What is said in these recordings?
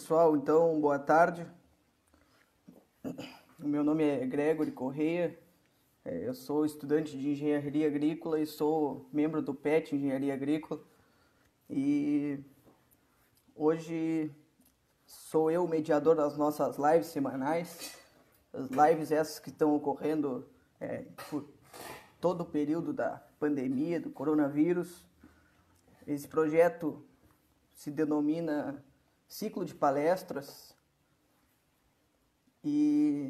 pessoal, então, boa tarde. O meu nome é Gregory Correia, eu sou estudante de Engenharia Agrícola e sou membro do PET Engenharia Agrícola. E hoje sou eu o mediador das nossas lives semanais, as lives essas que estão ocorrendo por todo o período da pandemia, do coronavírus. Esse projeto se denomina Ciclo de Palestras e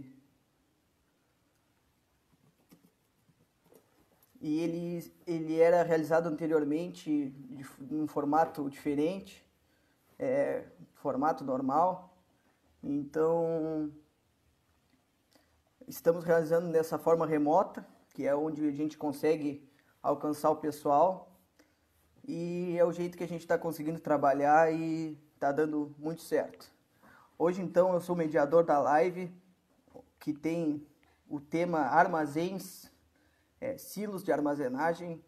ele era realizado anteriormente em um formato diferente, formato normal. Então, estamos realizando dessa forma remota, que é onde a gente consegue alcançar o pessoal. E é o jeito que a gente está conseguindo trabalhar e está dando muito certo. Hoje, então, eu sou o mediador da live, que tem o tema armazéns, silos de armazenagem,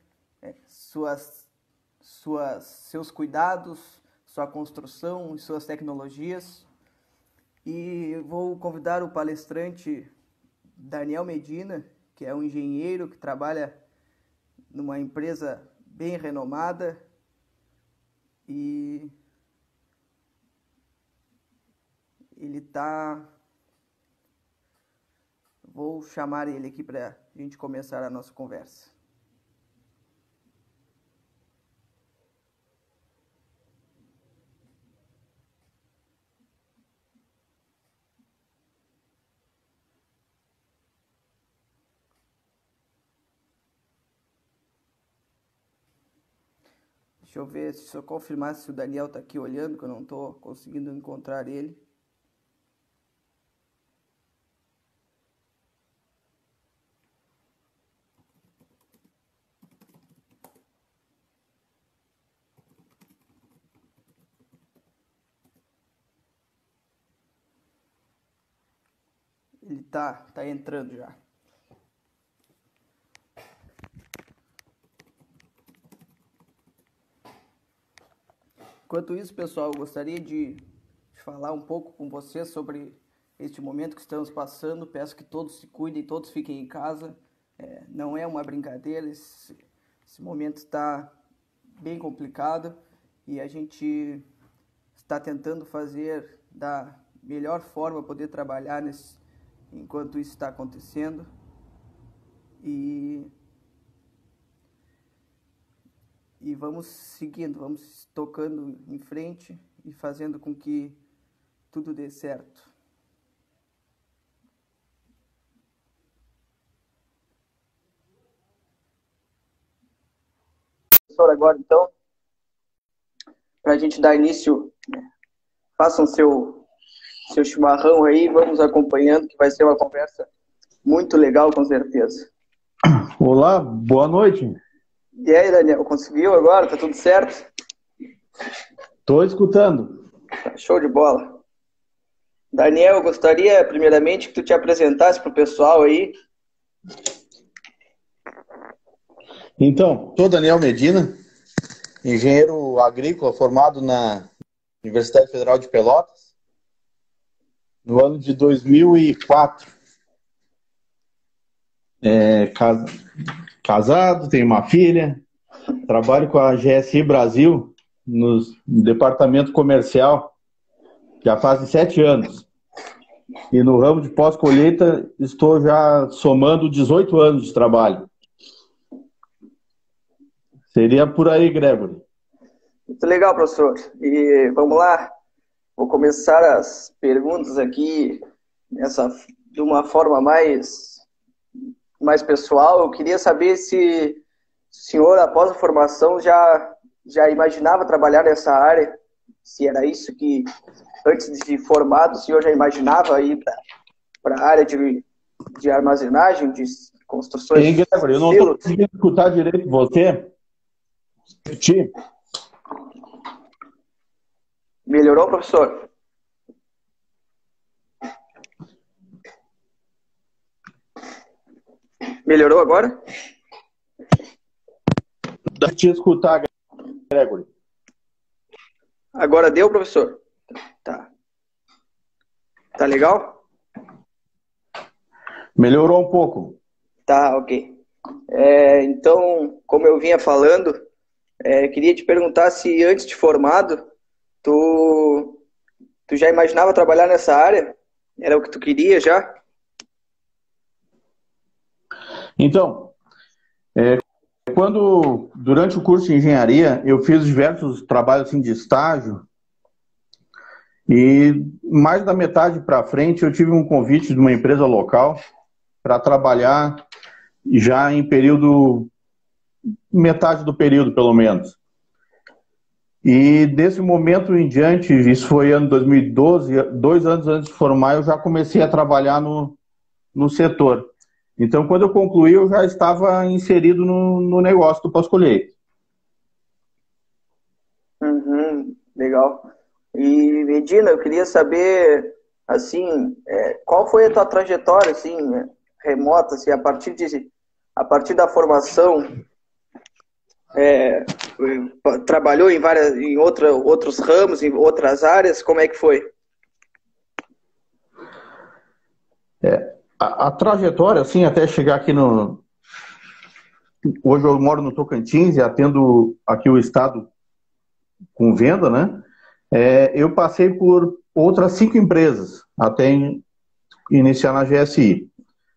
seus cuidados, sua construção e suas tecnologias. E vou convidar o palestrante Daniel Medina, que é um engenheiro que trabalha numa empresa bem renomada, e vou chamar ele aqui para a gente começar a nossa conversa. Deixa eu ver, se eu confirmar se o Daniel está aqui olhando, que eu não estou conseguindo encontrar ele. Ele tá entrando já. Enquanto isso, pessoal, eu gostaria de falar um pouco com vocês sobre este momento que estamos passando. Peço que todos se cuidem, todos fiquem em casa. Não é uma brincadeira, esse momento está bem complicado e a gente está tentando fazer da melhor forma poder trabalhar enquanto isso está acontecendo. E vamos seguindo, vamos tocando em frente e fazendo com que tudo dê certo. Professor, agora então, para a gente dar início, façam seu chimarrão aí, vamos acompanhando, que vai ser uma conversa muito legal, com certeza. Olá, boa noite. E aí, Daniel, conseguiu agora? Tá tudo certo? Estou escutando. Show de bola. Daniel, eu gostaria primeiramente que tu te apresentasse para o pessoal aí. Então, sou Daniel Medina, engenheiro agrícola formado na Universidade Federal de Pelotas, no ano de 2004. Casado, tenho uma filha, trabalho com a GSI Brasil no departamento comercial já faz 7 anos. E no ramo de pós-colheita estou já somando 18 anos de trabalho. Seria por aí, Gregory. Muito legal, professor. E vamos lá. Vou começar as perguntas aqui de uma forma mais pessoal. Eu queria saber se o senhor, após a formação, já imaginava trabalhar nessa área, se era isso que, antes de formado, o senhor já imaginava ir para a área de armazenagem, de construções. Hein, Gregory, eu não estou conseguindo escutar direito você. Melhorou, professor? Melhorou agora? Dá para te escutar, Gregory. Agora deu, professor? Tá. Tá legal? Melhorou um pouco. Tá, ok. Então, como eu vinha falando, queria te perguntar se antes de formado, tu já imaginava trabalhar nessa área? Era o que tu queria já? Então, durante o curso de engenharia, eu fiz diversos trabalhos assim, de estágio, e mais da metade para frente eu tive um convite de uma empresa local para trabalhar já em metade do período pelo menos. E desse momento em diante, isso foi ano 2012, 2 anos antes de formar, eu já comecei a trabalhar no setor. Então, quando eu concluí, eu já estava inserido no negócio do pós-colheita. Uhum, legal. E, Medina, eu queria saber, assim, qual foi a tua trajetória, assim, remota, assim, a partir da formação, trabalhou outros ramos, em outras áreas, como é que foi? A trajetória, assim, até chegar aqui no... Hoje eu moro no Tocantins e atendo aqui o estado com venda, né? Eu passei por outras 5 empresas até iniciar na GSI.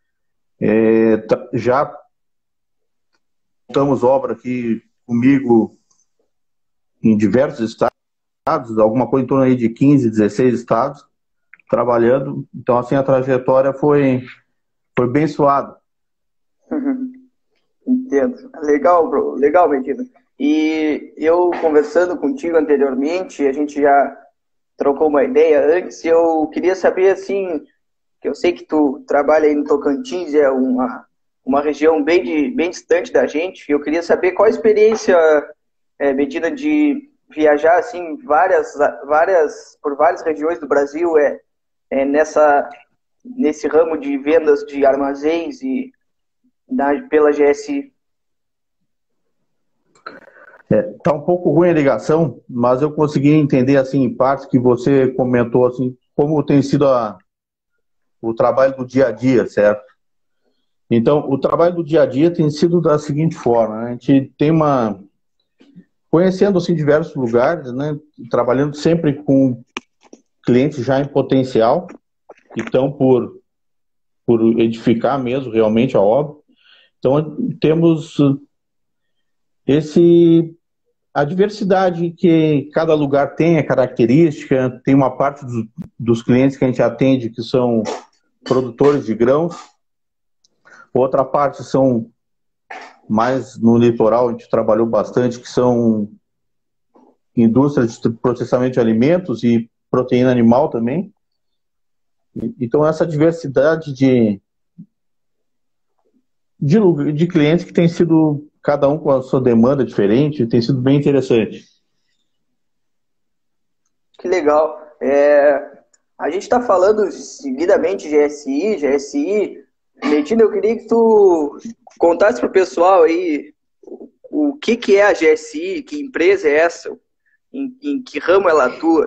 Já estamos obra aqui comigo em diversos estados, alguma coisa em torno aí de 15, 16 estados, trabalhando. Então, assim, a trajetória foi bem suada. Entendo. Legal, bro. Legal, Medina. E eu conversando contigo anteriormente, a gente já trocou uma ideia antes, eu queria saber, assim, que eu sei que tu trabalha aí no Tocantins, é uma região bem distante da gente, e eu queria saber qual a experiência, Medina, de viajar, assim, por várias regiões do Brasil, nesse ramo de vendas de armazéns pela GSI. Tá um pouco ruim a ligação, mas eu consegui entender, assim, em partes que você comentou, assim, como tem sido o trabalho do dia a dia, certo? Então, o trabalho do dia a dia tem sido da seguinte forma, né? A gente tem conhecendo, assim, diversos lugares, né? Trabalhando sempre com clientes já em potencial, que estão por edificar mesmo realmente a obra. Então, temos a diversidade que cada lugar tem, a característica, tem uma parte dos clientes que a gente atende que são produtores de grãos, outra parte são mais no litoral, a gente trabalhou bastante, que são indústrias de processamento de alimentos e proteína animal também. Então, essa diversidade de clientes que tem sido, cada um com a sua demanda diferente, tem sido bem interessante. Que legal. A gente está falando seguidamente de GSI. Medina, eu queria que tu contasse para o pessoal aí o que é a GSI, que empresa é essa, em que ramo ela atua.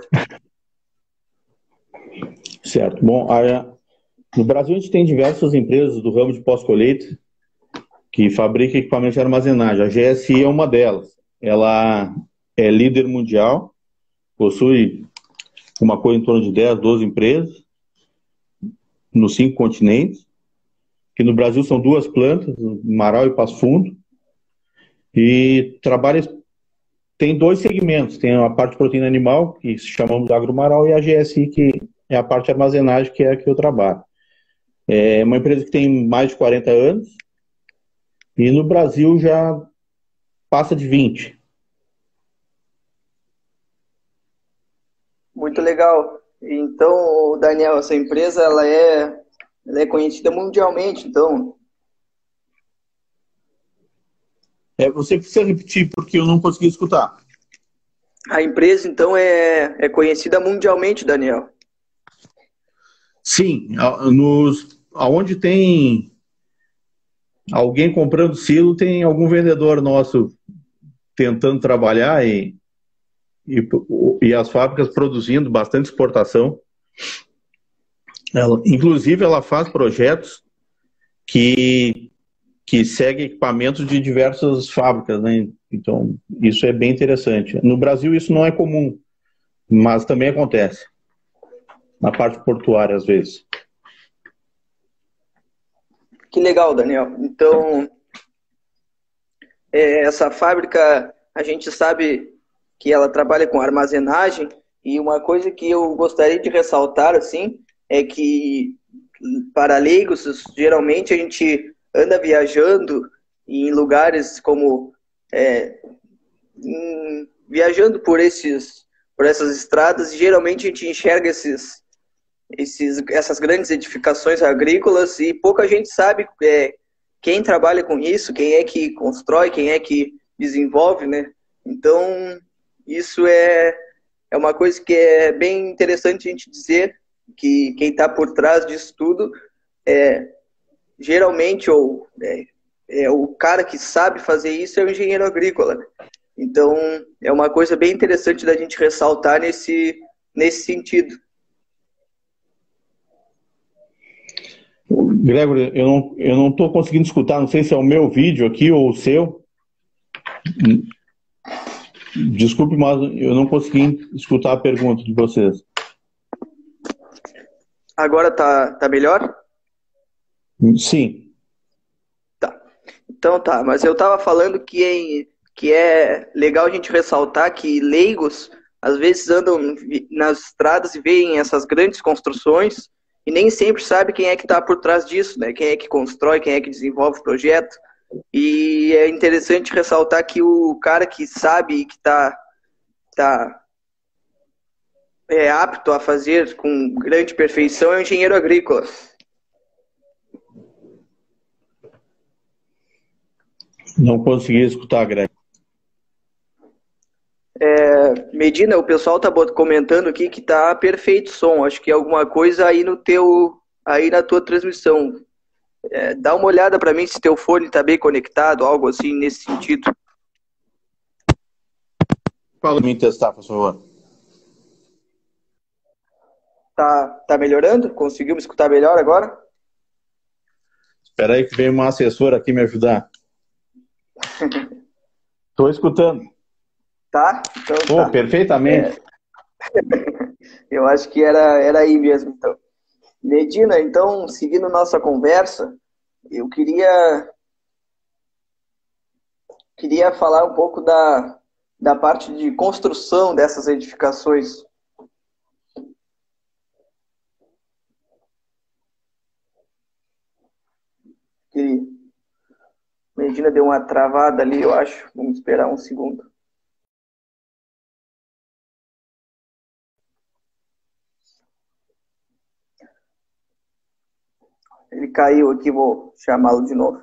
Certo. Bom, no Brasil a gente tem diversas empresas do ramo de pós-colheita que fabricam equipamentos de armazenagem. A GSI é uma delas. Ela é líder mundial, possui uma coisa em torno de 10, 12 empresas nos 5 continentes, que no Brasil são 2 plantas, Marau e Passo Fundo, e tem 2 segmentos, tem a parte de proteína animal, que chamamos de Agromarau, e a GSI, que é a parte de armazenagem, que é a que eu trabalho. É uma empresa que tem mais de 40 anos, e no Brasil já passa de 20. Muito legal. Então, Daniel, essa empresa ela é conhecida mundialmente, então. Você precisa repetir, porque eu não consegui escutar. A empresa, então, é conhecida mundialmente, Daniel. Sim, aonde tem alguém comprando silo, tem algum vendedor nosso tentando trabalhar e as fábricas produzindo bastante exportação. Inclusive, ela faz projetos que seguem equipamentos de diversas fábricas, né? Então, isso é bem interessante. No Brasil, isso não é comum, mas também acontece. Na parte portuária, às vezes. Que legal, Daniel. Então, essa fábrica, a gente sabe que ela trabalha com armazenagem, e uma coisa que eu gostaria de ressaltar, assim, é que para leigos, geralmente a gente anda viajando em lugares como viajando por essas estradas, e geralmente a gente enxerga essas grandes edificações agrícolas e pouca gente sabe quem trabalha com isso, quem é que constrói, quem é que desenvolve, né? Então, isso é uma coisa que é bem interessante a gente dizer, que quem está por trás disso tudo geralmente o cara que sabe fazer isso é o engenheiro agrícola. Então, é uma coisa bem interessante da gente ressaltar nesse sentido. Gregory, eu não estou conseguindo escutar, não sei se é o meu vídeo aqui ou o seu. Desculpe, mas eu não consegui escutar a pergunta de vocês. Agora tá melhor? Sim. Tá. Então tá, mas eu estava falando que é legal a gente ressaltar que leigos às vezes andam nas estradas e veem essas grandes construções e nem sempre sabe quem é que está por trás disso, né? Quem é que constrói, quem é que desenvolve o projeto. E é interessante ressaltar que o cara que sabe e que tá apto a fazer com grande perfeição é o engenheiro agrícola. Não consegui escutar, Greg. Medina, o pessoal tá comentando aqui que tá perfeito o som. Acho que é alguma coisa aí aí na tua transmissão. Dá uma olhada para mim se teu fone tá bem conectado, algo assim nesse sentido. Fala para mim testar, por favor. Tá melhorando? Conseguiu me escutar melhor agora? Espera aí que vem uma assessora aqui me ajudar. Estou escutando. Tá? Então tá. Perfeitamente. Eu acho que era aí mesmo, então. Medina, então, seguindo nossa conversa, eu queria falar um pouco da parte de construção dessas edificações. Medina deu uma travada ali, eu acho. Vamos esperar um segundo. Ele caiu aqui, vou chamá-lo de novo.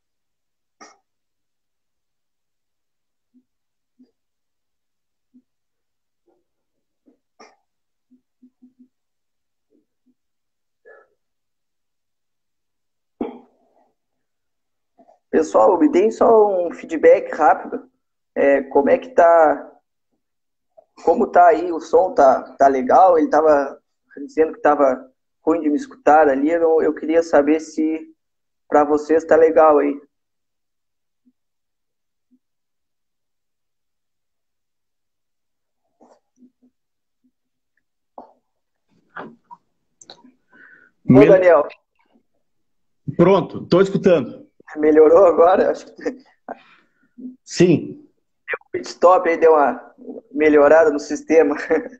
Pessoal, me deem só um feedback rápido. Como é que tá? Como tá aí? O som tá legal? Ele tava dizendo que tava ruim de me escutar ali. Eu queria saber se para vocês tá legal aí. Ô, Daniel. Pronto, estou escutando. Melhorou agora? Acho que... Sim. O pit stop aí deu uma melhorada no sistema.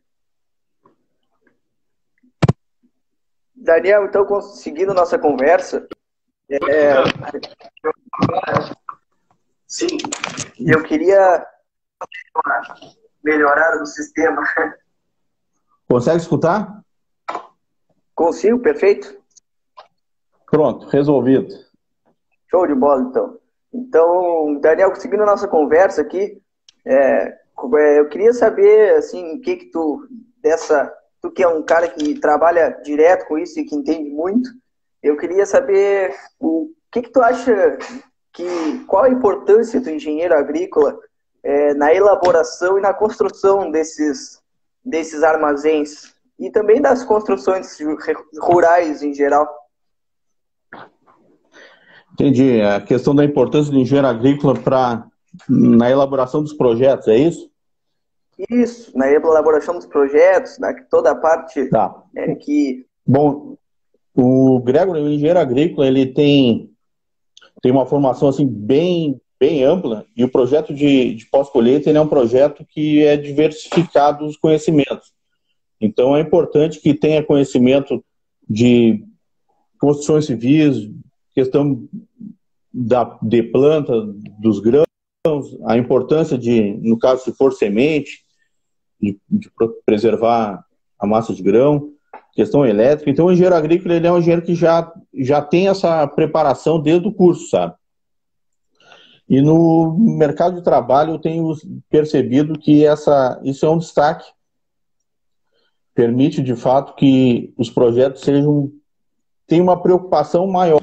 Daniel, então, seguindo nossa conversa, sim, eu queria uma melhorada no sistema. Consegue escutar? Consigo, perfeito? Pronto, resolvido. Show de bola, então. Então, Daniel, seguindo a nossa conversa aqui, eu queria saber, assim, o que tu que é um cara que trabalha direto com isso e que entende muito, eu queria saber o que tu acha qual a importância do engenheiro agrícola na elaboração e na construção desses armazéns. e também das construções rurais em geral. Entendi. A questão da importância do engenheiro agrícola na elaboração dos projetos, é isso? Isso, na elaboração dos projetos, toda a parte Tá. que... Bom, o Gregory, o engenheiro agrícola, ele tem uma formação assim bem ampla, e o projeto de pós-colheita ele é um projeto que é diversificado os conhecimentos. Então é importante que tenha conhecimento de construções civis, questão de planta, dos grãos, a importância de, no caso, se for semente, de preservar a massa de grão, questão elétrica. Então o engenheiro agrícola ele é um engenheiro que já tem essa preparação desde o curso, sabe? E no mercado de trabalho eu tenho percebido que isso é um destaque. Permite, de fato, que os projetos tenham uma preocupação maior.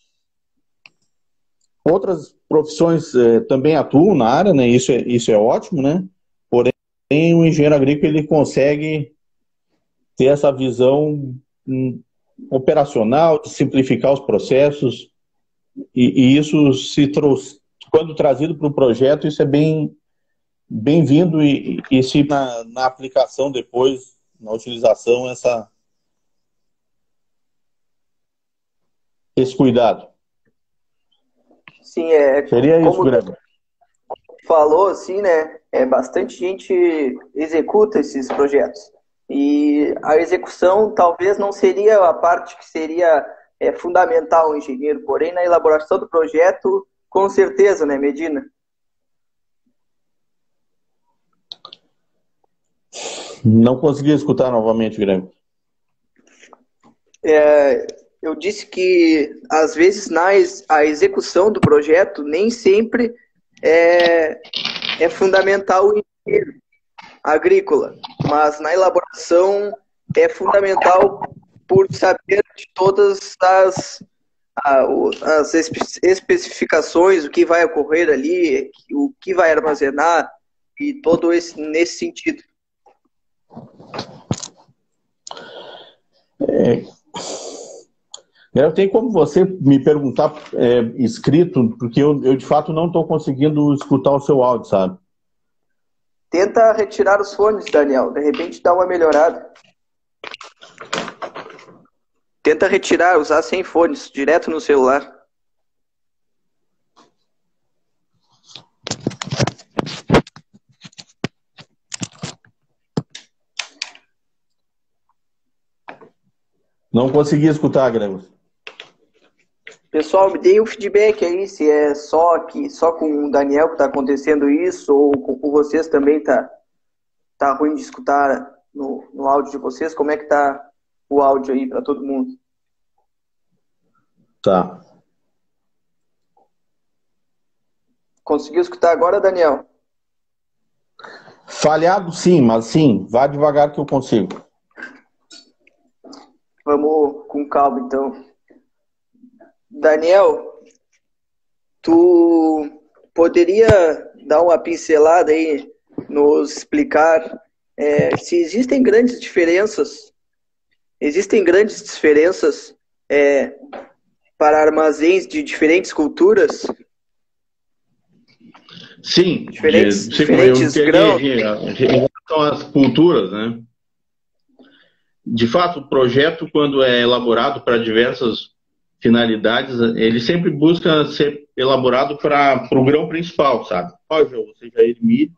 Outras profissões também atuam na área, né? Isso é ótimo, né? Porém, o engenheiro agrícola ele consegue ter essa visão operacional, de simplificar os processos, e isso quando trazido para o projeto, isso é bem-vindo, e se na aplicação depois, na utilização, esse cuidado. Sim, seria isso, Greg. Falou, assim, né? Bastante gente executa esses projetos. E a execução talvez não seria a parte que seria fundamental o engenheiro, porém na elaboração do projeto, com certeza, né, Medina? Não consegui escutar novamente, Greg. Eu disse que, às vezes, a execução do projeto nem sempre é fundamental o engenheiro agrícola, mas na elaboração é fundamental por saber de todas as especificações, o que vai ocorrer ali, o que vai armazenar e todo nesse sentido. Tem como você me perguntar escrito, porque eu de fato não estou conseguindo escutar o seu áudio, sabe? Tenta retirar os fones, Daniel. De repente dá uma melhorada. Tenta retirar, usar sem fones, direto no celular. Não consegui escutar, Grego. Pessoal, me deem um feedback aí, se é só com o Daniel que está acontecendo isso, ou com vocês também tá ruim de escutar no áudio de vocês. Como é que tá o áudio aí para todo mundo? Tá. Conseguiu escutar agora, Daniel? Falhado sim, mas sim, vá devagar que eu consigo. Vamos com calma, então. Daniel, tu poderia dar uma pincelada aí, nos explicar se existem grandes diferenças para armazéns de diferentes culturas? Sim, diferentes grãos. Em relação às culturas, né? De fato, o projeto, quando é elaborado para diversas finalidades, ele sempre busca ser elaborado para o grão principal, sabe? Ou seja, ele milho.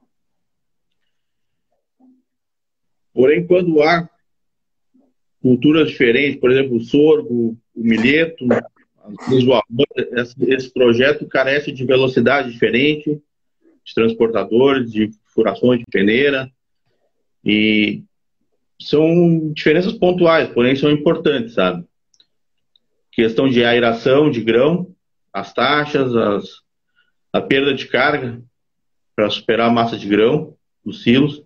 Porém, quando há culturas diferentes, por exemplo, o sorgo, o milheto, o arroz, esse projeto carece de velocidade diferente, de transportadores, de furações de peneira, e são diferenças pontuais, porém são importantes, sabe? Questão de aeração de grão, as taxas, a perda de carga para superar a massa de grão dos silos.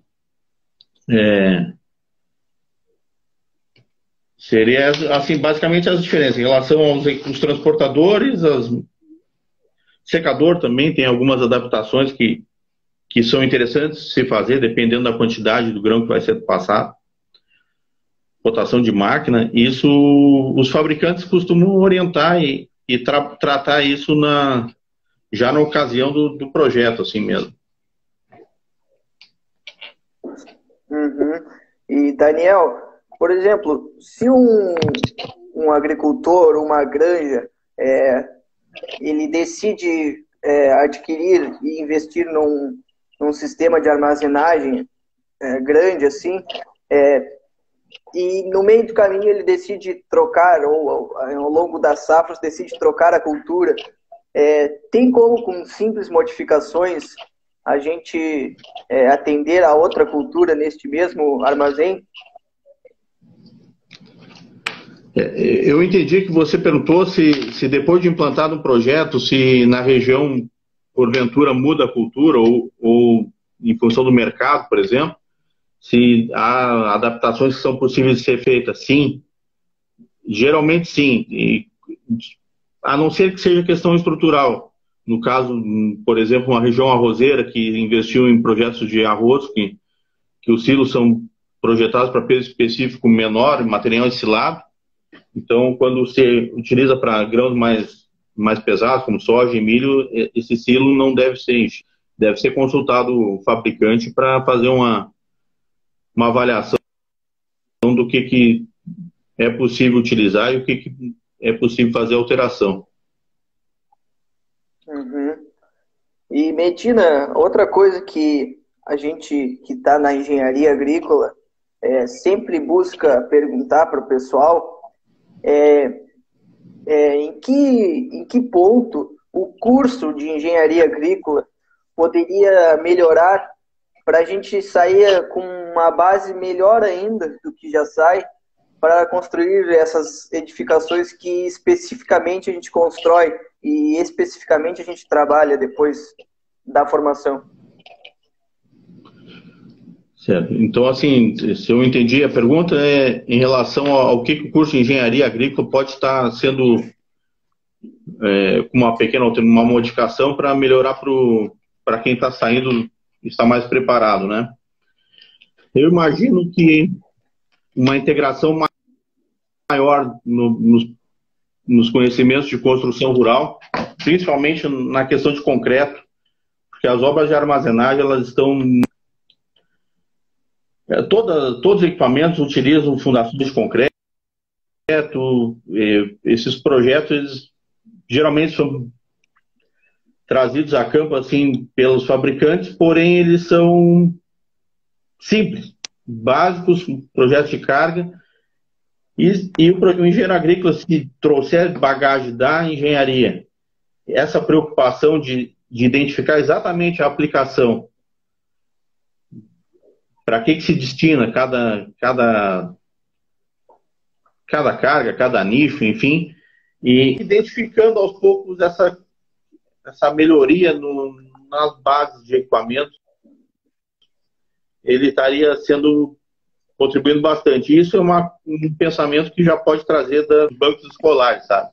Seria, assim, basicamente as diferenças em relação aos transportadores, secador também tem algumas adaptações que são interessantes de se fazer, dependendo da quantidade do grão que vai ser passado. cotação de máquina, isso os fabricantes costumam orientar e tratar isso já na ocasião do projeto, assim mesmo. Uhum. E, Daniel, por exemplo, se um agricultor, uma granja, ele decide adquirir e investir num sistema de armazenagem grande assim, e no meio do caminho ele decide trocar, ou ao longo das safras decide trocar a cultura, tem como, com simples modificações, a gente atender a outra cultura neste mesmo armazém? Eu entendi que você perguntou se depois de implantado um projeto, se na região, porventura, muda a cultura ou em função do mercado, por exemplo, se há adaptações que são possíveis de ser feitas. Sim, geralmente sim, a não ser que seja questão estrutural. No caso, por exemplo, uma região arrozeira que investiu em projetos de arroz, que os silos são projetados para peso específico menor, material ensilado. Então, quando você utiliza para grãos mais pesados, como soja e milho, esse silo não deve ser consultado o fabricante para fazer uma avaliação do que é possível utilizar e o que é possível fazer alteração. Uhum. E, Medina, outra coisa que a gente que está na engenharia agrícola sempre busca perguntar para o pessoal em que ponto o curso de engenharia agrícola poderia melhorar para a gente sair com uma base melhor ainda do que já sai, para construir essas edificações que especificamente a gente constrói e especificamente a gente trabalha depois da formação. Certo. Então, assim, se eu entendi, a pergunta é em relação ao que o curso de engenharia agrícola pode estar sendo com uma modificação para melhorar para quem está saindo e está mais preparado, né? Eu imagino que uma integração maior nos conhecimentos de construção rural, principalmente na questão de concreto, porque as obras de armazenagem, elas estão... Todos os equipamentos utilizam fundações de concreto, esses projetos, eles geralmente são trazidos a campo assim pelos fabricantes, porém eles são simples, básicos, projetos de carga, e o engenheiro agrícola, se trouxer bagagem da engenharia, essa preocupação de identificar exatamente a aplicação, para que se destina cada carga, cada nicho, enfim, e identificando aos poucos essa melhoria nas bases de equipamento, ele estaria contribuindo bastante. Isso é um pensamento que já pode trazer dos bancos escolares, sabe?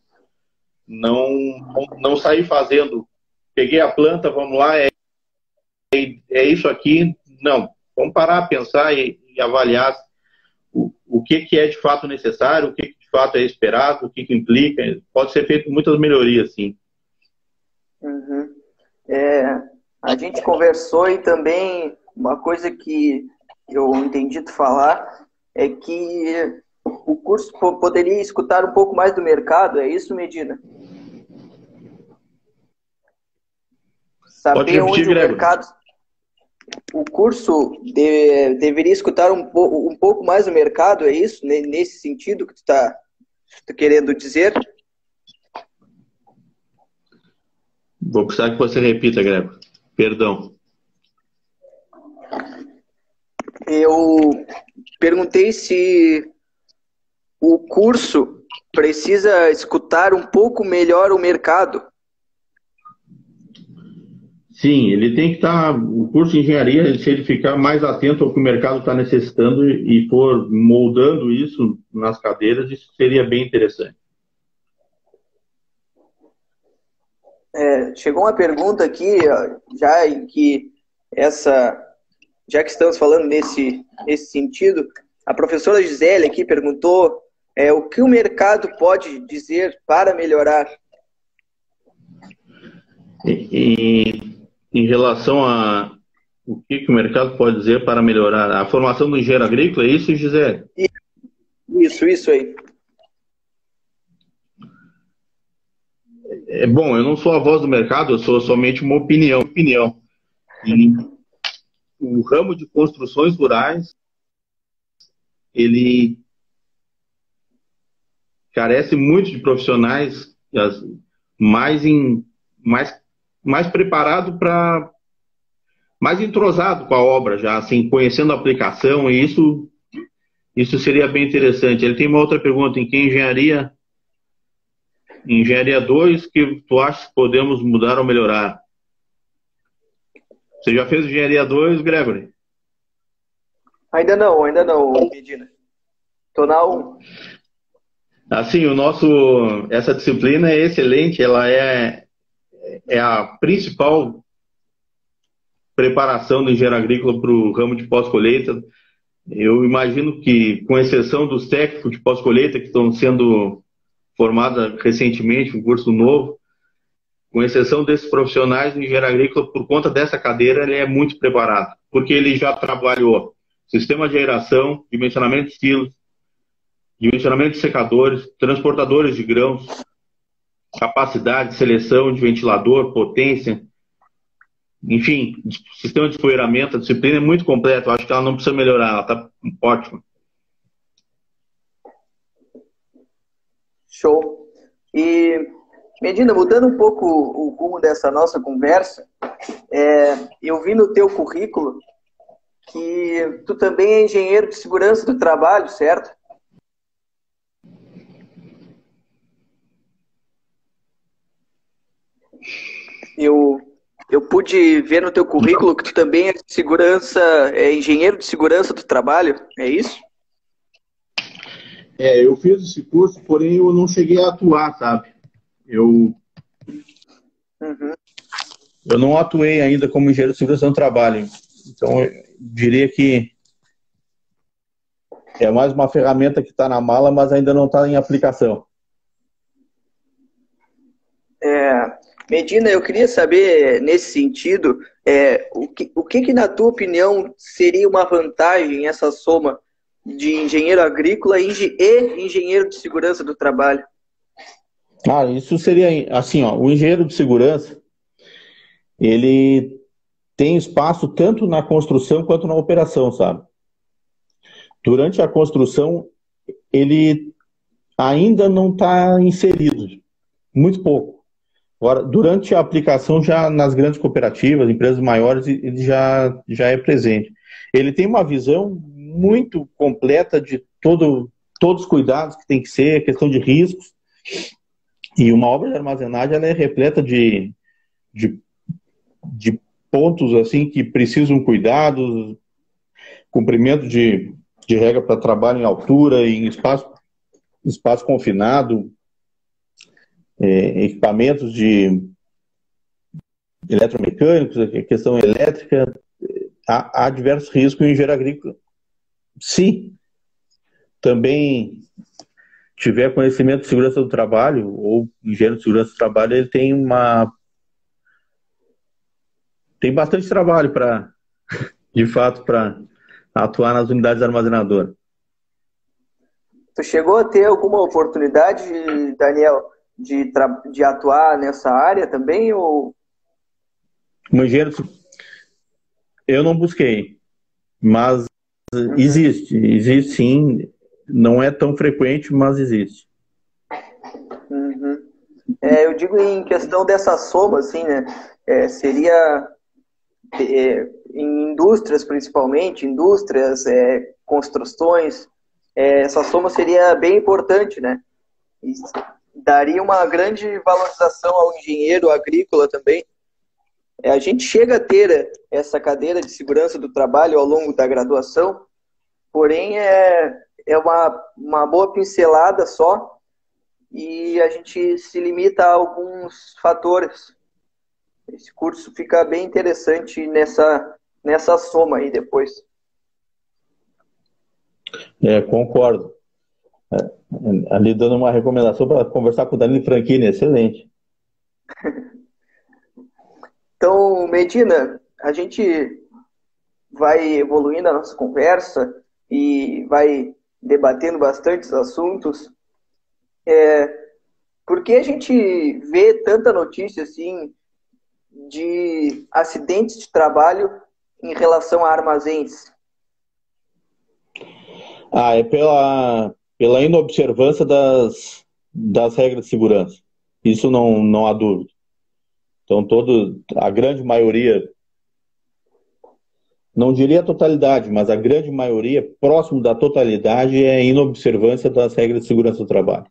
Não sair fazendo, peguei a planta, vamos lá, é isso aqui. Não, vamos parar, pensar e avaliar o que é de fato necessário, o que de fato é esperado, o que implica. Pode ser feito muitas melhorias, sim. Uhum. A gente conversou e também uma coisa que eu entendi tu falar é que o curso poderia escutar um pouco mais do mercado, é isso, Medina? Saber onde o mercado... O curso deveria escutar um pouco mais o mercado, é isso? Nesse sentido que tu está querendo dizer? Vou precisar que você repita, Grego. Perdão. Eu perguntei se o curso precisa escutar um pouco melhor o mercado. Sim, ele tem que estar... O curso de engenharia, se ele ficar mais atento ao que o mercado está necessitando e for moldando isso nas cadeiras, isso seria bem interessante. Chegou uma pergunta aqui, já que estamos falando nesse sentido, A professora Gisele aqui perguntou o que o mercado pode dizer para melhorar. Em relação a o que o mercado pode dizer para melhorar a formação do engenheiro agrícola, é isso, Gisele? Isso aí. É bom, eu não sou a voz do mercado, eu sou somente uma opinião. E o ramo de construções rurais, ele carece muito de profissionais mais, mais preparado para mais entrosado com a obra já, assim, conhecendo a aplicação, e isso seria bem interessante. Ele tem uma outra pergunta, em que engenharia 2, que tu acha que podemos mudar ou melhorar? Você já fez engenharia 2, Gregory? Ainda não, Medina. Tô na 1. Assim, essa disciplina é excelente, ela é a principal preparação do engenheiro agrícola para o ramo de pós-colheita. Eu imagino que, com exceção dos técnicos de pós-colheita que estão sendo formados recentemente, um curso novo, com exceção desses profissionais, o engenheiro agrícola, por conta dessa cadeira, ele é muito preparado, porque ele já trabalhou sistema de aeração, dimensionamento de silos, dimensionamento de secadores, transportadores de grãos, capacidade, seleção de ventilador, potência, enfim, sistema de espoeiramento. A disciplina é muito completa, eu acho que ela não precisa melhorar, ela está ótima. Show. E, Medina, mudando um pouco o rumo dessa nossa conversa, eu vi no teu currículo que tu também é engenheiro de segurança do trabalho, certo? Eu pude ver no teu currículo que tu também é engenheiro de segurança do trabalho, é isso? Eu fiz esse curso, porém eu não cheguei a atuar, sabe? Eu não atuei ainda como engenheiro de segurança do trabalho. Então, eu diria que é mais uma ferramenta que está na mala, mas ainda não está em aplicação. Medina, eu queria saber, nesse sentido, o que, na tua opinião, seria uma vantagem, essa soma de engenheiro agrícola e engenheiro de segurança do trabalho? Isso seria assim, ó, o engenheiro de segurança, ele tem espaço tanto na construção quanto na operação, sabe? Durante a construção, ele ainda não está inserido, muito pouco. Agora, durante a aplicação, já nas grandes cooperativas, empresas maiores, ele já é presente. Ele tem uma visão muito completa de todos os cuidados que tem que ser, questão de riscos. E uma obra de armazenagem, ela é repleta de pontos assim que precisam cuidados, cumprimento de regra para trabalho em altura, em espaço confinado, equipamentos de eletromecânicos, questão elétrica, há diversos riscos em engenharia agrícola. Se também tiver conhecimento de segurança do trabalho, ou engenheiro de segurança do trabalho, ele tem bastante trabalho de fato, para atuar nas unidades armazenadoras. Tu chegou a ter alguma oportunidade, Daniel, de atuar nessa área também? Ou... Eu não busquei, mas existe sim, não é tão frequente, mas existe. Eu digo em questão dessa soma, assim, né? Seria em indústrias, principalmente, construções, essa soma seria bem importante, né? E daria uma grande valorização ao engenheiro agrícola também. A gente chega a ter essa cadeira de segurança do trabalho ao longo da graduação, porém é uma boa pincelada só, e a gente se limita a alguns fatores. Esse curso fica bem interessante nessa soma aí depois. Concordo. Ali dando uma recomendação para conversar com o Danilo Franchini, excelente. Então, Medina, a gente vai evoluindo a nossa conversa e vai debatendo bastantes assuntos. Por que a gente vê tanta notícia assim de acidentes de trabalho em relação a armazéns? É pela inobservância das regras de segurança. Isso não há dúvida. Então, a grande maioria, não diria a totalidade, mas a grande maioria, próximo da totalidade, é inobservância das regras de segurança do trabalho.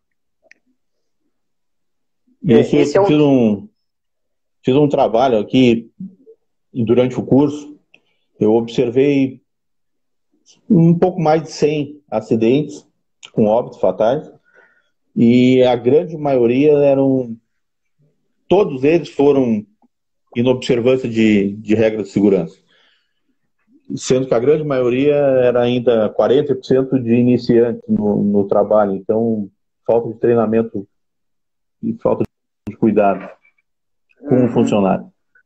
Isso eu fiz um trabalho aqui durante o curso. Eu observei um pouco mais de 100 acidentes com óbitos fatais e a grande maioria todos eles foram inobservância de regras de segurança, sendo que a grande maioria era ainda 40% de iniciantes no trabalho. Então, falta de treinamento e falta de cuidado com o funcionário.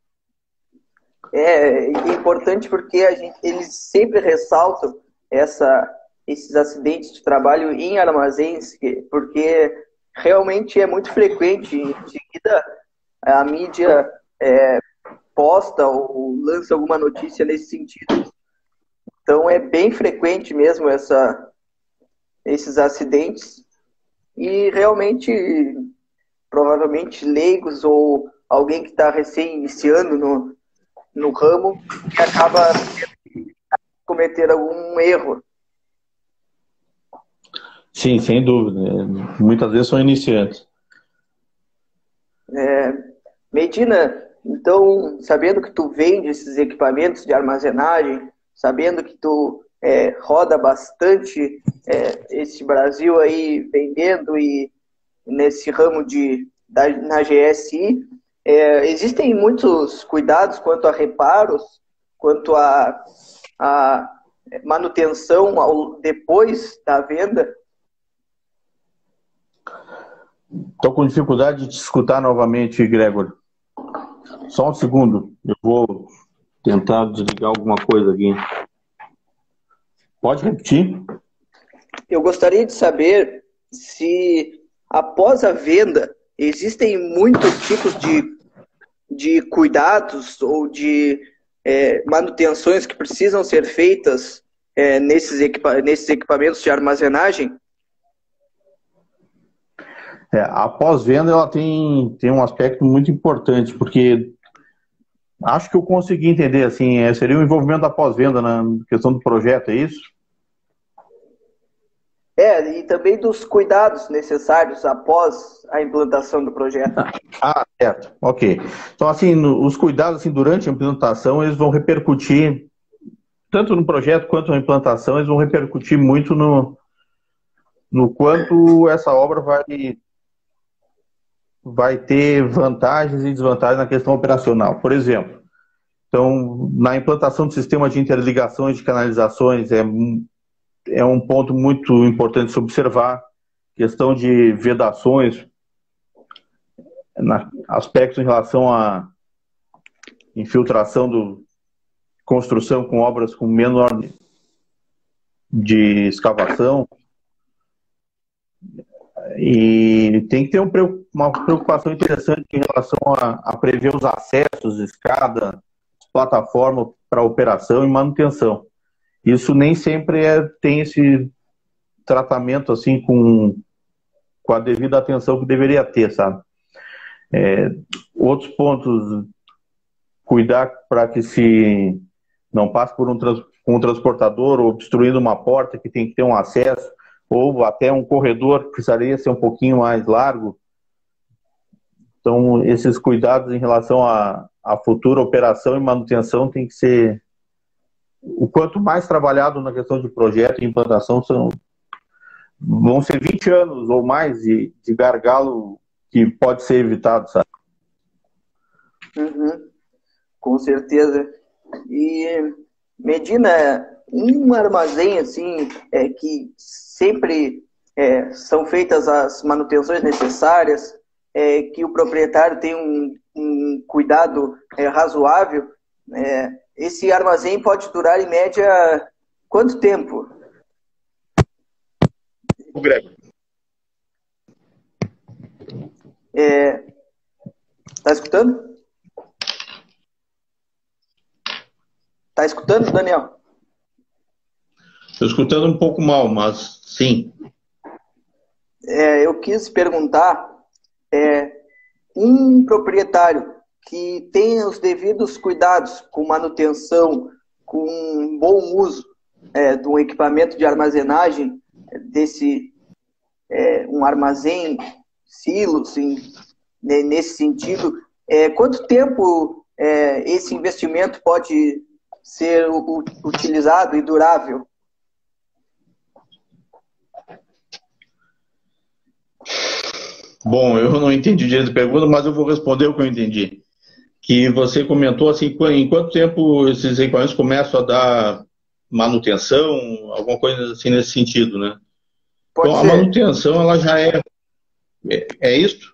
É importante porque eles sempre ressaltam esses acidentes de trabalho em armazéns, porque realmente é muito frequente. Em seguida, a mídia posta ou lança alguma notícia nesse sentido. Então, é bem frequente mesmo esses acidentes e realmente, provavelmente, leigos ou alguém que está recém iniciando no ramo que acaba cometer algum erro. Sim, sem dúvida. Muitas vezes são iniciantes. Medina, então, sabendo que tu vende esses equipamentos de armazenagem, sabendo que tu roda bastante esse Brasil aí vendendo e nesse ramo na GSI, existem muitos cuidados quanto a reparos, quanto a manutenção depois da venda? Estou com dificuldade de te escutar novamente, Gregor. Só um segundo. Eu vou tentar desligar alguma coisa aqui. Pode repetir? Eu gostaria de saber se, após a venda, existem muitos tipos de cuidados ou de manutenções que precisam ser feitas nesses equipamentos de armazenagem? A pós-venda ela tem um aspecto muito importante, porque acho que eu consegui entender, assim, seria o envolvimento da pós-venda na questão do projeto, é isso? E também dos cuidados necessários após a implantação do projeto. Certo, ok. Então, assim, os cuidados assim, durante a implantação, eles vão repercutir, tanto no projeto quanto na implantação, eles vão repercutir muito no quanto essa obra vai ter vantagens e desvantagens na questão operacional. Por exemplo, então, na implantação do sistema de interligações de canalizações é um ponto muito importante se observar. Questão de vedações, aspectos em relação à infiltração construção com obras com menor de escavação. E tem que ter uma preocupação interessante em relação a prever os acessos, escada, plataforma para operação e manutenção. Isso nem sempre tem esse tratamento assim com a devida atenção que deveria ter, sabe? Outros pontos, cuidar para que se não passe por um transportador ou obstruindo uma porta que tem que ter um acesso, ou até um corredor que precisaria ser um pouquinho mais largo. Então, esses cuidados em relação à futura operação e manutenção tem que ser o quanto mais trabalhado na questão de projeto e implantação. Vão ser 20 anos ou mais de gargalo que pode ser evitado, sabe? Com certeza. E, Medina, um armazém assim que sempre são feitas as manutenções necessárias, que o proprietário tem um cuidado razoável, esse armazém pode durar em média quanto tempo? O Greg. Tá escutando? Tá escutando, Daniel? Estou escutando um pouco mal, mas sim. Eu quis perguntar, um proprietário que tenha os devidos cuidados com manutenção, com um bom uso de um equipamento de armazenagem, um armazém, silos, nesse sentido, quanto tempo esse investimento pode ser utilizado e durável? Bom, eu não entendi direito a pergunta, mas eu vou responder o que eu entendi. Que você comentou assim, em quanto tempo esses equipamentos começam a dar manutenção, alguma coisa assim nesse sentido, né? Pode Então, a ser. manutenção, ela já é isso?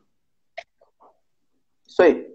Isso aí.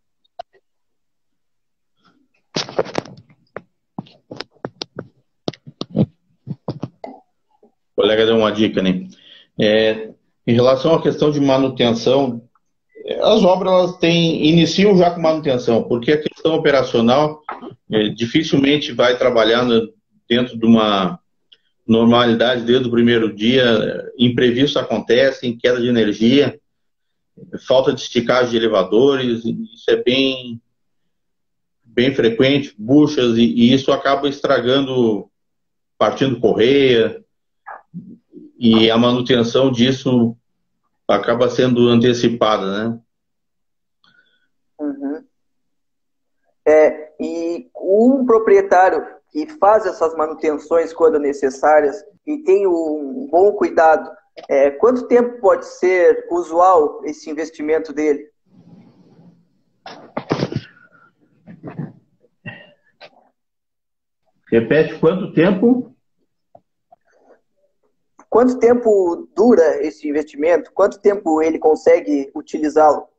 O colega deu uma dica, né? Em relação à questão de manutenção, as obras elas iniciam já com manutenção, porque a questão operacional dificilmente vai trabalhar dentro de uma normalidade desde o primeiro dia. Imprevistos acontecem, queda de energia, falta de esticagem de elevadores, isso é bem frequente, buchas, e isso acaba estragando, partindo correia, e a manutenção disso acaba sendo antecipada, né? Uhum. E um proprietário que faz essas manutenções quando necessárias e tem um bom cuidado, quanto tempo pode ser usual esse investimento dele? Repete, quanto tempo? Quanto tempo dura esse investimento? Quanto tempo ele consegue utilizá-lo?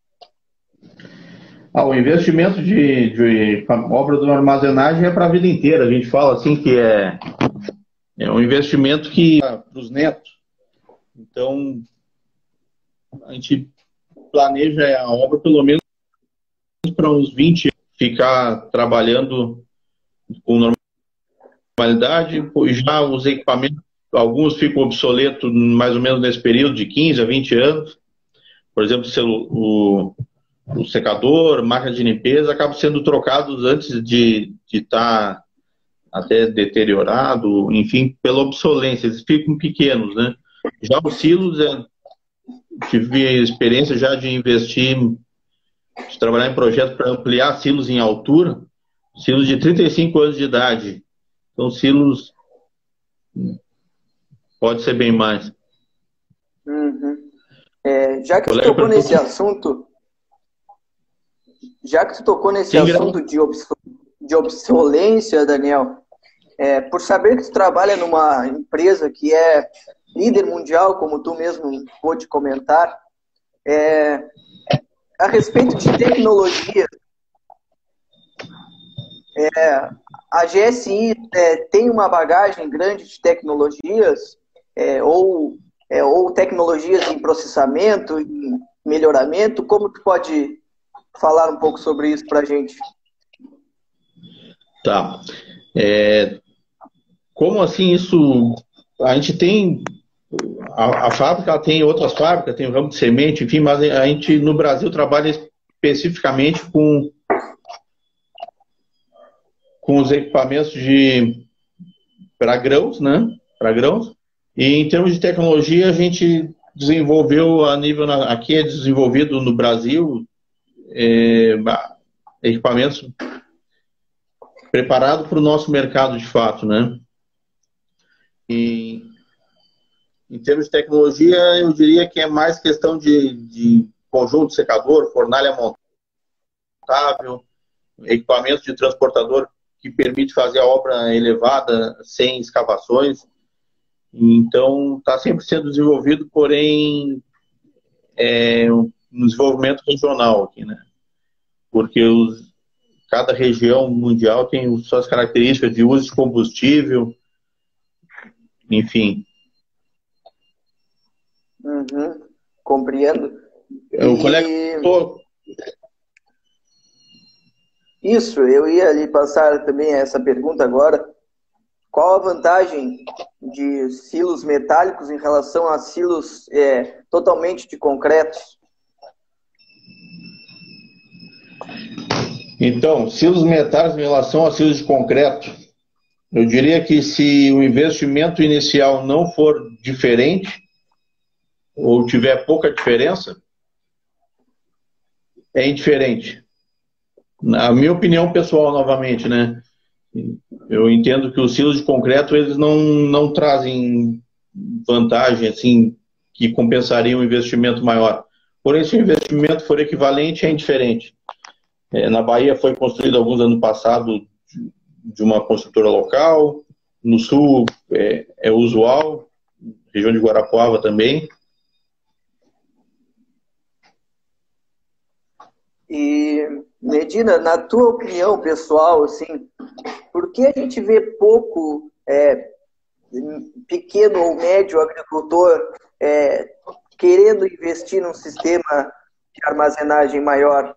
O investimento de obra de armazenagem é para a vida inteira. A gente fala assim que é um investimento que para os netos. Então, a gente planeja a obra pelo menos para uns 20 anos, ficar trabalhando com normalidade. Já os equipamentos, alguns ficam obsoletos mais ou menos nesse período de 15 a 20 anos. Por exemplo, o secador, máquina de limpeza, acabam sendo trocados antes de estar até deteriorado, enfim, pela obsolência. Eles ficam pequenos, né? Já os silos, tive a experiência já de investir, de trabalhar em projetos para ampliar silos em altura, silos de 35 anos de idade. Então, silos pode ser bem mais. Uhum. Já que você tocou nesse assunto, de obsolência, Daniel, por saber que tu trabalha numa empresa que é líder mundial, como tu mesmo pôde comentar, a respeito de tecnologia, a GSI tem uma bagagem grande de tecnologias, ou tecnologias em processamento, em melhoramento. Como tu pode falar um pouco sobre isso para a gente? Tá. Como assim isso? A gente tem a fábrica, ela tem outras fábricas, tem o ramo de semente, enfim, mas a gente no Brasil trabalha especificamente com os equipamentos para grãos, né? Para grãos. E em termos de tecnologia, a gente desenvolveu aqui é desenvolvido no Brasil equipamentos preparados para o nosso mercado de fato, né? E em termos de tecnologia, eu diria que é mais questão de conjunto secador, fornalha montável, equipamento de transportador que permite fazer a obra elevada sem escavações. Então, está sempre sendo desenvolvido, porém, um desenvolvimento regional aqui, né? Porque cada região mundial tem suas características de uso de combustível, enfim. Uhum, compreendo. O colega... Isso, eu ia lhe passar também essa pergunta agora. Qual a vantagem de silos metálicos em relação a silos totalmente de concreto? Então, silos metálicos em relação a silos de concreto, eu diria que se o investimento inicial não for diferente, ou tiver pouca diferença, é indiferente. Na minha opinião pessoal, novamente, né? Eu entendo que os silos de concreto, eles não trazem vantagem, assim, que compensaria um investimento maior. Porém, se o investimento for equivalente, é indiferente. Na Bahia foi construído alguns anos passados de uma construtora local, no sul é usual, região de Guarapuava também. E, Medina, na tua opinião pessoal, assim, por que a gente vê pouco pequeno ou médio agricultor querendo investir num sistema de armazenagem maior?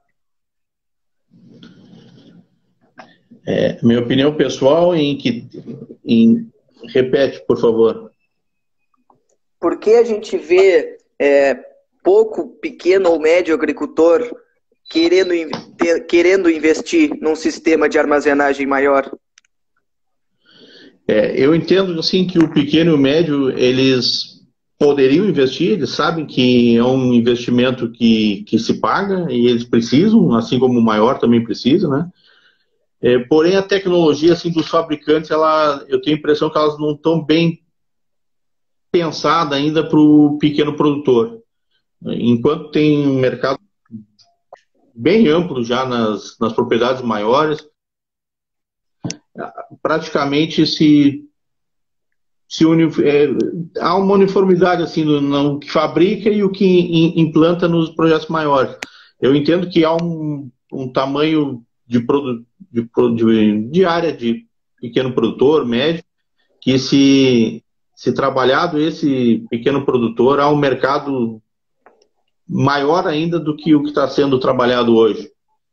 Minha opinião pessoal repete, por favor. Por que a gente vê pouco pequeno ou médio agricultor querendo investir num sistema de armazenagem maior? Eu entendo assim que o pequeno e o médio, eles poderiam investir, eles sabem que é um investimento que se paga e eles precisam, assim como o maior também precisa, né? Porém, a tecnologia assim, dos fabricantes, eu tenho a impressão que elas não estão bem pensadas ainda para o pequeno produtor. Enquanto tem um mercado bem amplo já nas propriedades maiores, praticamente há uma uniformidade assim, no que fabrica e o que implanta nos projetos maiores. Eu entendo que há um tamanho de área de pequeno produtor, médio, que se trabalhado esse pequeno produtor, há um mercado maior ainda do que o que está sendo trabalhado hoje.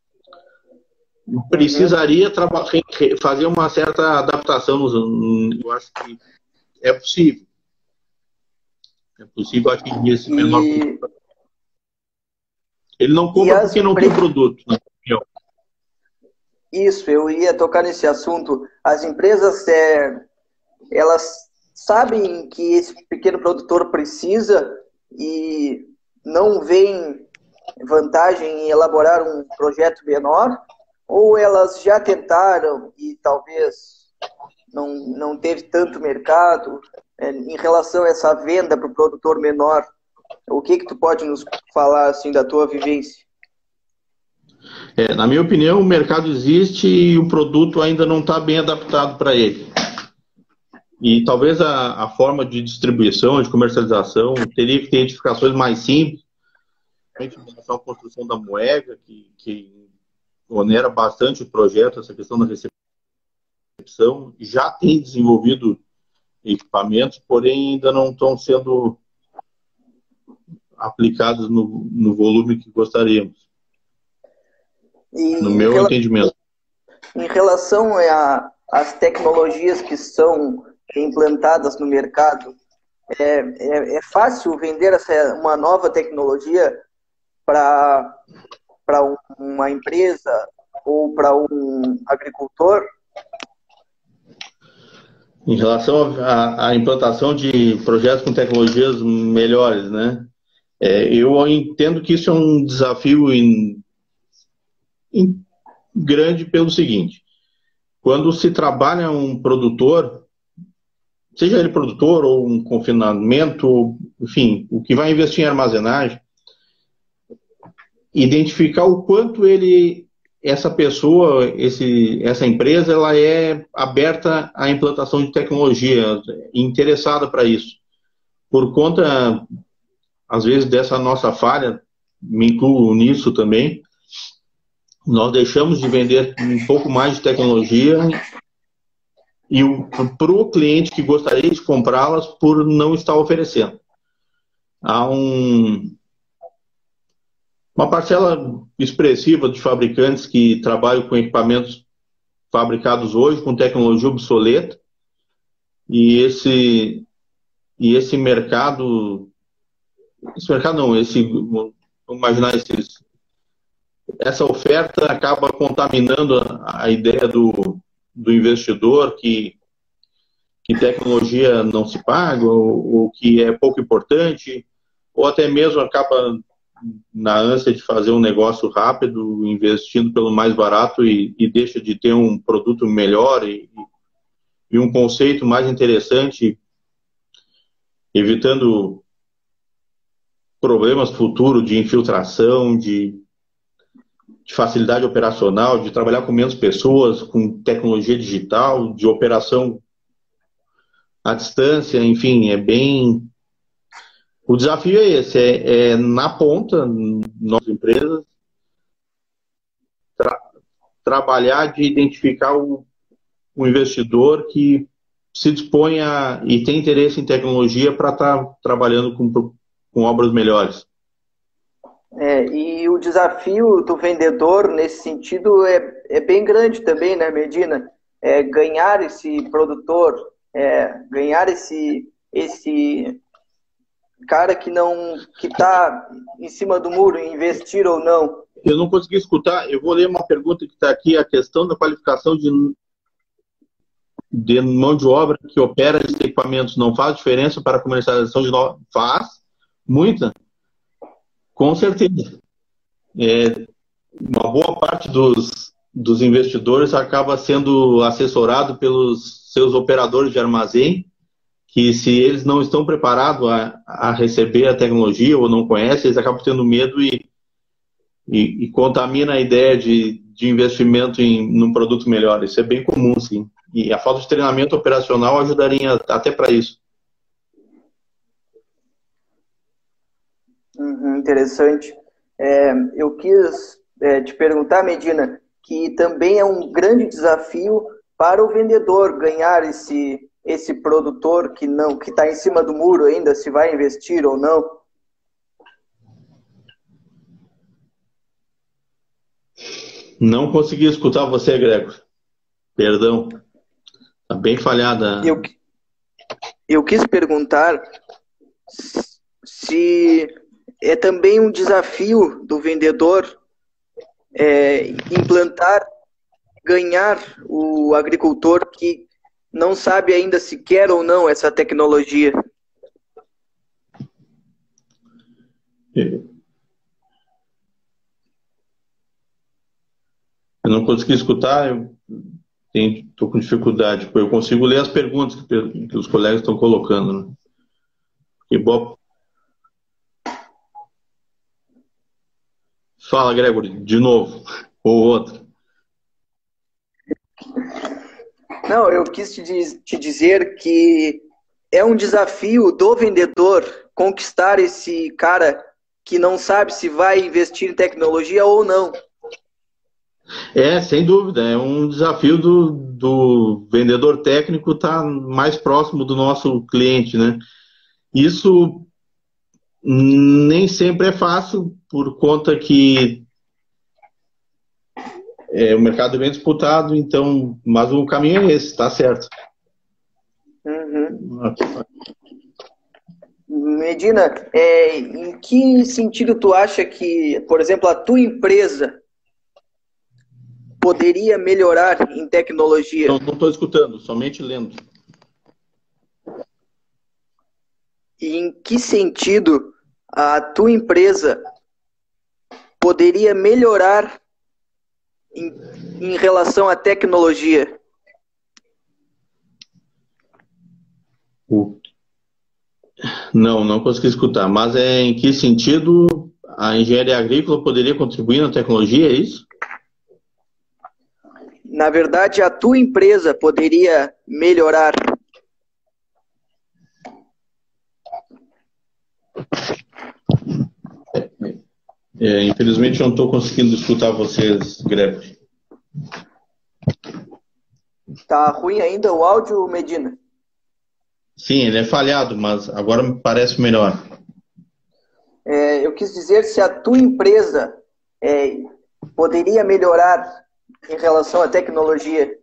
Precisaria fazer uma certa adaptação. Eu acho que é possível. É possível atingir esse menor produto. Ele não compra porque não tem produto, na minha opinião. Isso, eu ia tocar nesse assunto. As empresas, elas sabem que esse pequeno produtor precisa e não veem vantagem em elaborar um projeto menor, ou elas já tentaram e talvez não teve tanto mercado em relação a essa venda para o produtor menor? O que tu pode nos falar assim da tua vivência? Na minha opinião, o mercado existe e o produto ainda não está bem adaptado para ele. E talvez a forma de distribuição, de comercialização, teria que ter edificações mais simples, a construção da moega, que onera bastante o projeto, essa questão da recepção. Já tem desenvolvido equipamentos, porém ainda não estão sendo aplicados no volume que gostaríamos. No meu entendimento. Em relação às tecnologias que são implantadas no mercado, é fácil vender uma nova tecnologia para uma empresa ou para um agricultor? Em relação à implantação de projetos com tecnologias melhores, né? Eu entendo que isso é um desafio grande pelo seguinte: quando se trabalha um produtor, seja ele produtor ou um confinamento, enfim, o que vai investir em armazenagem, identificar o quanto ele essa pessoa, essa empresa, ela é aberta à implantação de tecnologia, interessada para isso. Por conta, às vezes, dessa nossa falha, me incluo nisso também, nós deixamos de vender um pouco mais de tecnologia e para o cliente que gostaria de comprá-las por não estar oferecendo. Há uma parcela expressiva de fabricantes que trabalham com equipamentos fabricados hoje com tecnologia obsoleta e esse mercado não, vamos imaginar essa oferta acaba contaminando a ideia do investidor que tecnologia não se paga ou que é pouco importante, ou até mesmo acaba na ânsia de fazer um negócio rápido, investindo pelo mais barato e deixa de ter um produto melhor e um conceito mais interessante, evitando problemas futuros de infiltração, de facilidade operacional, de trabalhar com menos pessoas, com tecnologia digital, de operação à distância, enfim, é bem... O desafio é esse, é na ponta, nossas empresas, trabalhar de identificar o investidor que se dispõe e tem interesse em tecnologia para estar trabalhando com obras melhores. E o desafio do vendedor, nesse sentido, é bem grande também, né, Medina? Ganhar esse produtor, ganhar esse cara que está em cima do muro, investir ou não. Eu não consegui escutar, eu vou ler uma pergunta que está aqui, a questão da qualificação de mão de obra que opera esses equipamentos não faz diferença para a comercialização de novos? Faz, muita, com certeza. Uma boa parte dos investidores acaba sendo assessorado pelos seus operadores de armazém, que se eles não estão preparados a receber a tecnologia ou não conhecem, eles acabam tendo medo e contamina a ideia de investimento num produto melhor. Isso é bem comum, sim. E a falta de treinamento operacional ajudaria até para isso. Interessante. Eu quis te perguntar, Medina, que também é um grande desafio para o vendedor ganhar esse produtor que está em cima do muro ainda, se vai investir ou não. Não consegui escutar você, Gregor. Perdão. Está bem falhada. Eu quis perguntar se é também um desafio do vendedor ganhar o agricultor que não sabe ainda se quer ou não essa tecnologia. Eu não consegui escutar, estou com dificuldade. Eu consigo ler as perguntas que os colegas estão colocando. Né? E boa... Fala, Gregor, de novo, ou outra. Não, eu quis te dizer que é um desafio do vendedor conquistar esse cara que não sabe se vai investir em tecnologia ou não. Sem dúvida, é um desafio do vendedor técnico estar mais próximo do nosso cliente, né? Isso nem sempre é fácil, por conta que o mercado é bem disputado, então, mas o caminho é esse, está certo. Medina, em que sentido tu acha que, por exemplo, a tua empresa poderia melhorar em tecnologia? Não estou escutando, somente lendo. E em que sentido a tua empresa poderia melhorar em relação à tecnologia? Não consegui escutar, mas em que sentido a engenharia agrícola poderia contribuir na tecnologia, é isso? na verdade, a tua empresa poderia melhorar? Infelizmente, eu não estou conseguindo escutar vocês, Gregory. Tá ruim ainda o áudio, Medina? Sim, ele é falhado, mas agora me parece melhor. Eu quis dizer se a tua empresa poderia melhorar em relação à tecnologia.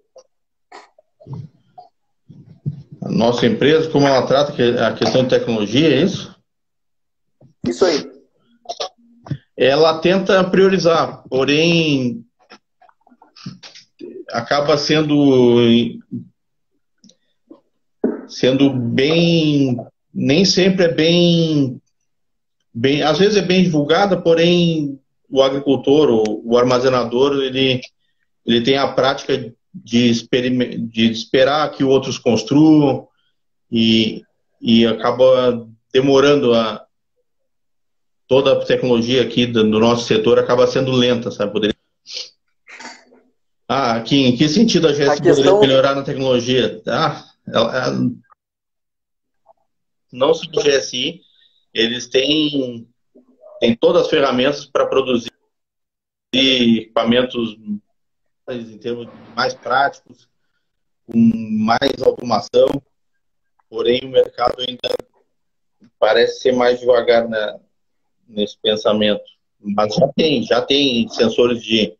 A nossa empresa, como ela trata a questão de tecnologia, é isso? Isso aí. Ela tenta priorizar, porém acaba sendo bem, nem sempre é bem, às vezes é bem divulgada, porém o agricultor, o armazenador, ele tem a prática de esperar que outros construam e acaba demorando toda a tecnologia aqui do nosso setor acaba sendo lenta, sabe? Aqui, em que sentido a GS poderia melhorar na tecnologia? Não só o GSI, eles têm todas as ferramentas para produzir equipamentos em termos mais práticos, com mais automação, porém o mercado ainda parece ser mais devagar nesse pensamento. Mas já tem sensores de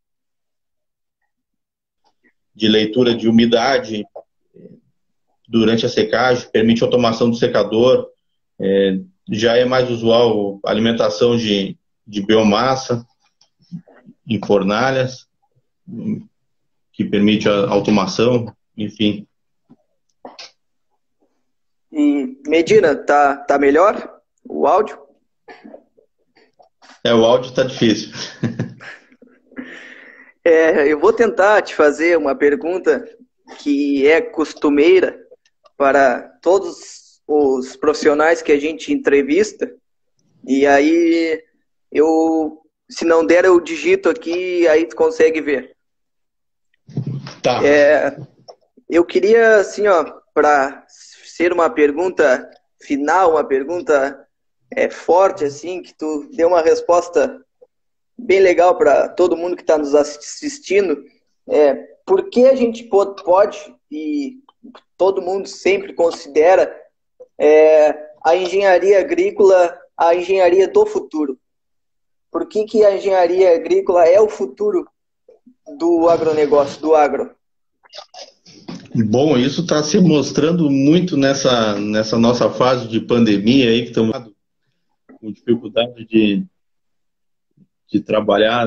leitura de umidade durante a secagem, permite automação do secador, já é mais usual a alimentação de biomassa em fornalhas, que permite a automação, enfim. E Medina, tá melhor o áudio? O áudio está difícil. Eu vou tentar te fazer uma pergunta que é costumeira para todos os profissionais que a gente entrevista. E aí, se não der, eu digito aqui, aí tu consegue ver. Tá. Eu queria, assim, para ser uma pergunta final, uma pergunta forte, assim, que tu dê uma resposta bem legal para todo mundo que está nos assistindo. Por que a gente pode, e todo mundo sempre considera, a engenharia agrícola a engenharia do futuro? Por que a engenharia agrícola é o futuro do agronegócio, do agro? Bom, isso está se mostrando muito nessa nossa fase de pandemia aí, que estamos com dificuldade de trabalhar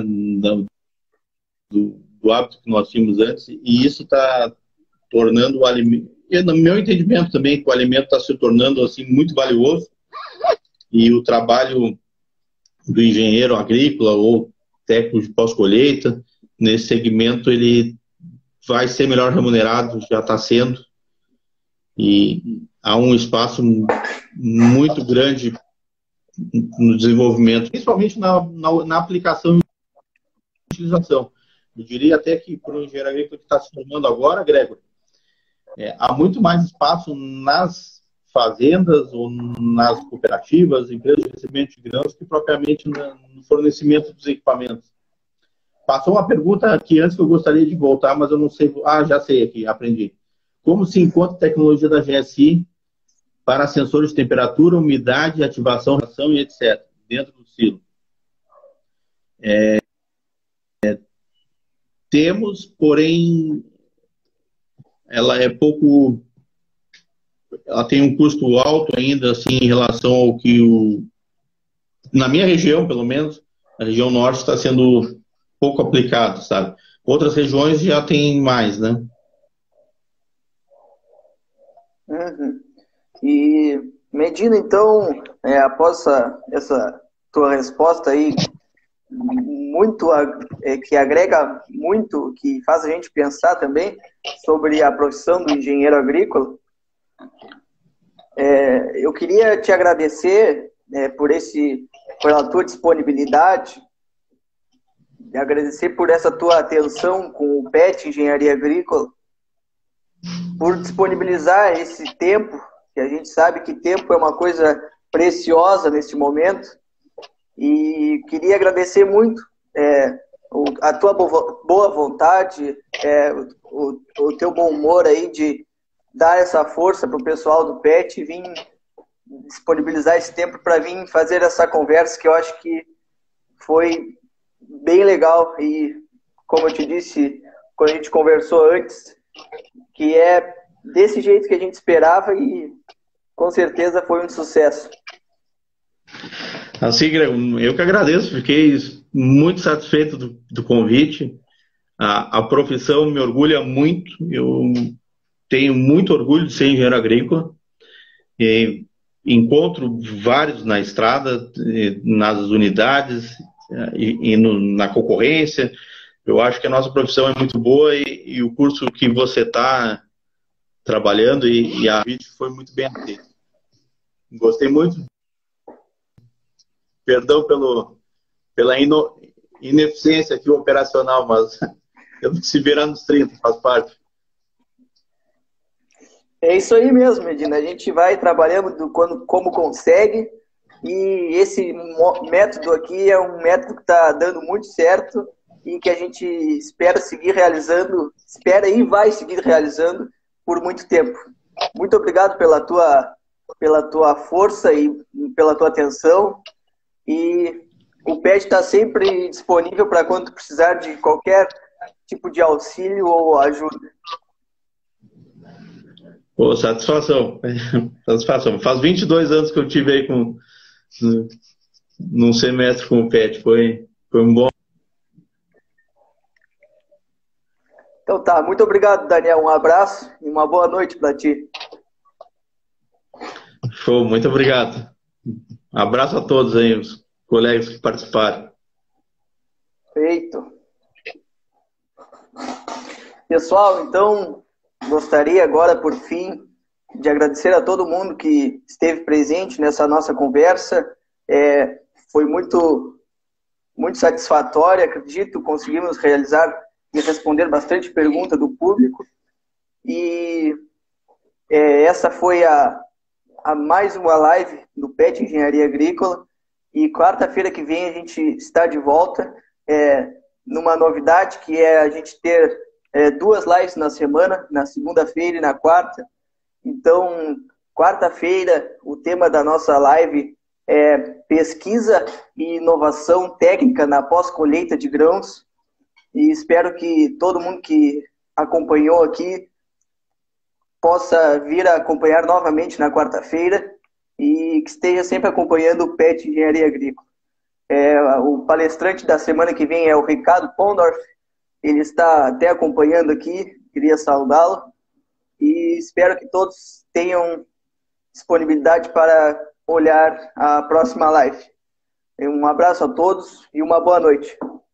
do hábito que nós tínhamos antes, e isso está tornando o alimento, e no meu entendimento também, que o alimento está se tornando assim muito valioso, e o trabalho do engenheiro agrícola ou técnico de pós-colheita, nesse segmento, ele vai ser melhor remunerado, já está sendo, e há um espaço muito grande no desenvolvimento, principalmente na aplicação e utilização. Eu diria até que para o engenheiro agrícola que está se formando agora, Gregor, há muito mais espaço nas fazendas ou nas cooperativas, empresas de recebimento de grãos, que propriamente no fornecimento dos equipamentos. Passou uma pergunta aqui antes que eu gostaria de voltar, mas eu não sei. Já sei aqui, aprendi. Como se encontra a tecnologia da GSI para sensores de temperatura, umidade, ativação, reação e etc., dentro do silo? Temos, porém, ela é pouco... Ela tem um custo alto ainda, assim, em relação ao que na minha região, pelo menos, a região norte está sendo pouco aplicado, sabe? Outras regiões já tem mais, né? Uhum. E, Medina, então, após essa tua resposta aí, muito, que agrega muito, que faz a gente pensar também sobre a profissão do engenheiro agrícola, eu queria te agradecer pela tua disponibilidade agradecer por essa tua atenção com o PET Engenharia Agrícola, por disponibilizar esse tempo, que a gente sabe que tempo é uma coisa preciosa neste momento, e queria agradecer muito a tua boa vontade, o teu bom humor aí de dar essa força para o pessoal do PET e vir disponibilizar esse tempo para vir fazer essa conversa, que eu acho que foi bem legal. E, como eu te disse, quando a gente conversou antes, que é desse jeito que a gente esperava e com certeza foi um sucesso. Assim, Grego, eu que agradeço, fiquei muito satisfeito do convite. A profissão me orgulha muito, eu tenho muito orgulho de ser engenheiro agrícola. E encontro vários na estrada, nas unidades na concorrência. Eu acho que a nossa profissão é muito boa e o curso que você está trabalhando e a vídeo foi muito bem aceito. Gostei muito. Perdão pela ineficiência aqui operacional, mas temos que se virar nos 30, faz parte. É isso aí mesmo, Medina. A gente vai trabalhando como consegue, e esse método aqui é um método que está dando muito certo e que a gente espera seguir realizando, espera e vai seguir realizando por muito tempo. Muito obrigado pela tua força e pela tua atenção. E o PET está sempre disponível para quando precisar de qualquer tipo de auxílio ou ajuda. Pô, satisfação. Satisfação. Faz 22 anos que eu tive aí num semestre com o PET. Foi um bom. Então tá, muito obrigado, Daniel. Um abraço e uma boa noite para ti. Show, muito obrigado. Abraço a todos aí, os colegas que participaram. Feito. Pessoal, então, gostaria agora, por fim, de agradecer a todo mundo que esteve presente nessa nossa conversa. Foi muito satisfatória, acredito. Conseguimos realizar e responder bastante pergunta do público. E essa foi a mais uma live do PET Engenharia Agrícola. E quarta-feira que vem a gente está de volta numa novidade, que é a gente ter 2 lives na semana, na segunda-feira e na quarta. Então, quarta-feira, o tema da nossa live é pesquisa e inovação técnica na pós-colheita de grãos. E espero que todo mundo que acompanhou aqui possa vir a acompanhar novamente na quarta-feira e que esteja sempre acompanhando o PET Engenharia Agrícola. O palestrante da semana que vem é o Ricardo Pondorf. Ele está até acompanhando aqui, queria saudá-lo. E espero que todos tenham disponibilidade para olhar a próxima live. Um abraço a todos e uma boa noite.